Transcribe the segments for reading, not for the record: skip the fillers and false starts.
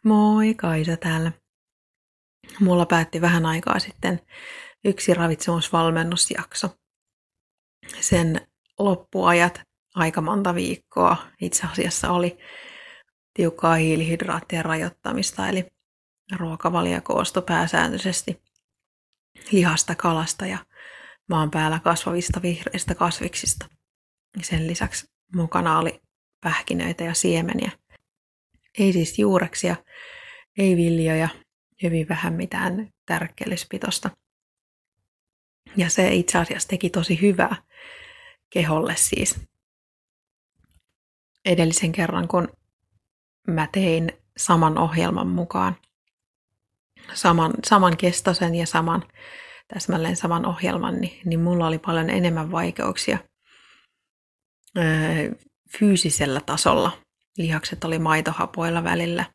Moi, Kaisa täällä. Mulla päätti vähän aikaa sitten yksi ravitsemusvalmennusjakso. Sen loppuajat aika monta viikkoa itse asiassa oli tiukkaa hiilihydraattien rajoittamista, eli ruokavalio koostui pääsääntöisesti lihasta, kalasta ja maan päällä kasvavista vihreistä kasviksista. Sen lisäksi mukana oli pähkinöitä ja siemeniä. Ei siis juureksia, ei viljoja, hyvin vähän mitään tärkkelyspitoista. Ja se itse asiassa teki tosi hyvää keholle siis. Edellisen kerran, kun mä tein saman ohjelman mukaan, saman kestoisen ja täsmälleen saman ohjelman, niin mulla oli paljon enemmän vaikeuksia fyysisellä tasolla. Lihakset oli maitohapoilla välillä.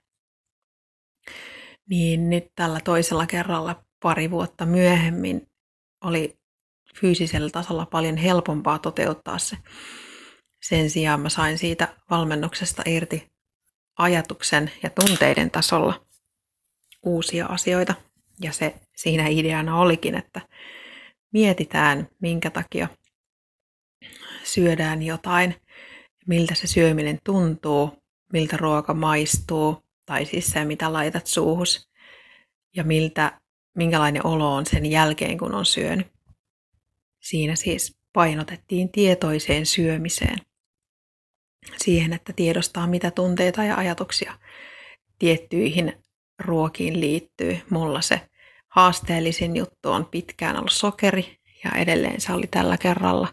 Niin nyt tällä toisella kerralla pari vuotta myöhemmin oli fyysisellä tasolla paljon helpompaa toteuttaa se. Sen sijaan mä sain siitä valmennuksesta irti ajatuksen ja tunteiden tasolla uusia asioita. Ja se siinä ideana olikin, että mietitään, minkä takia syödään jotain, miltä se syöminen tuntuu, miltä ruoka maistuu, tai siis se, mitä laitat suuhus, ja minkälainen olo on sen jälkeen, kun on syönyt. Siinä siis painotettiin tietoiseen syömiseen. Siihen, että tiedostaa, mitä tunteita ja ajatuksia tiettyihin ruokiin liittyy. Mulla se haasteellisin juttu on pitkään ollut sokeri, ja edelleen se oli tällä kerralla.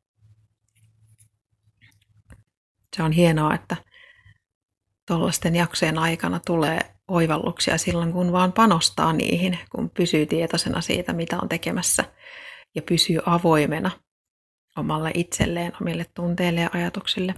Se on hienoa, että tuollaisten jaksojen aikana tulee oivalluksia silloin, kun vaan panostaa niihin, kun pysyy tietoisena siitä, mitä on tekemässä ja pysyy avoimena omalle itselleen, omille tunteille ja ajatuksille.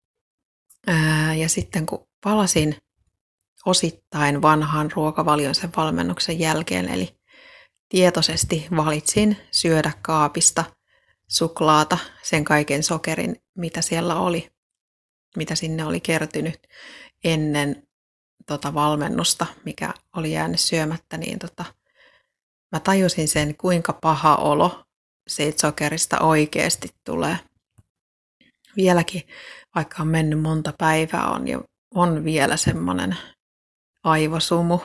Ja sitten kun palasin osittain vanhaan ruokavalion sen valmennuksen jälkeen, eli tietoisesti valitsin syödä kaapista suklaata, sen kaiken sokerin, mitä siellä oli, mitä sinne oli kertynyt ennen valmennusta, mikä oli jäänyt syömättä, niin mä tajusin sen, kuinka paha olo siitä sokerista oikeasti tulee. Vieläkin, vaikka on mennyt monta päivää, on vielä semmoinen aivosumu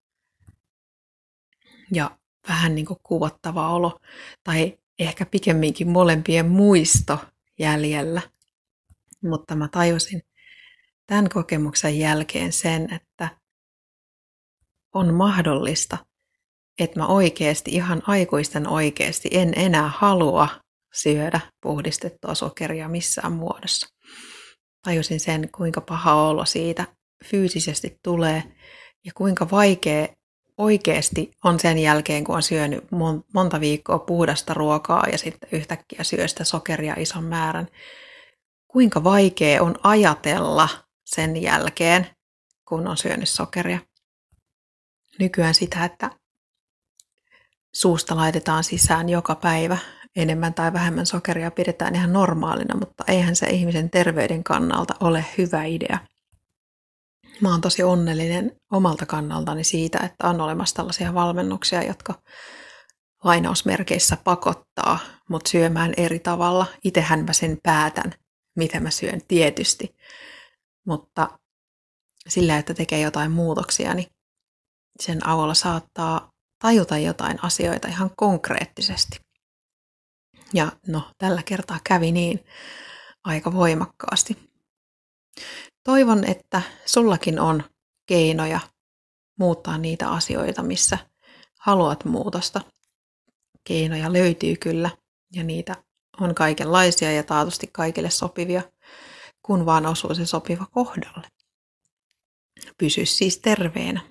ja vähän niin kuin kuvottava olo, tai ehkä pikemminkin molempien muisto jäljellä. Mutta mä tajusin tämän kokemuksen jälkeen sen, että on mahdollista, että mä oikeasti, ihan aikuisten oikeasti, en enää halua syödä puhdistettua sokeria missään muodossa. Tajusin sen, kuinka paha olo siitä fyysisesti tulee ja kuinka vaikea oikeasti on sen jälkeen, kun on syönyt monta viikkoa puhdasta ruokaa ja sitten yhtäkkiä syö sitä sokeria ison määrän. Kuinka vaikea on ajatella sen jälkeen, kun on syönyt sokeria. Nykyään sitä, että suusta laitetaan sisään joka päivä enemmän tai vähemmän sokeria, pidetään ihan normaalina, mutta eihän se ihmisen terveyden kannalta ole hyvä idea. Mä oon tosi onnellinen omalta kannaltani siitä, että on olemassa tällaisia valmennuksia, jotka lainausmerkeissä pakottaa mut syömään eri tavalla. Itsehän mä sen päätän, mitä mä syön tietysti, mutta sillä, että tekee jotain muutoksia, niin sen avulla saattaa tajuta jotain asioita ihan konkreettisesti. Ja tällä kertaa kävi niin aika voimakkaasti. Toivon, että sullakin on keinoja muuttaa niitä asioita, missä haluat muutosta. Keinoja löytyy kyllä, ja niitä on kaikenlaisia ja taatusti kaikille sopivia, kun vaan osuu se sopiva kohdalle. Pysy siis terveenä.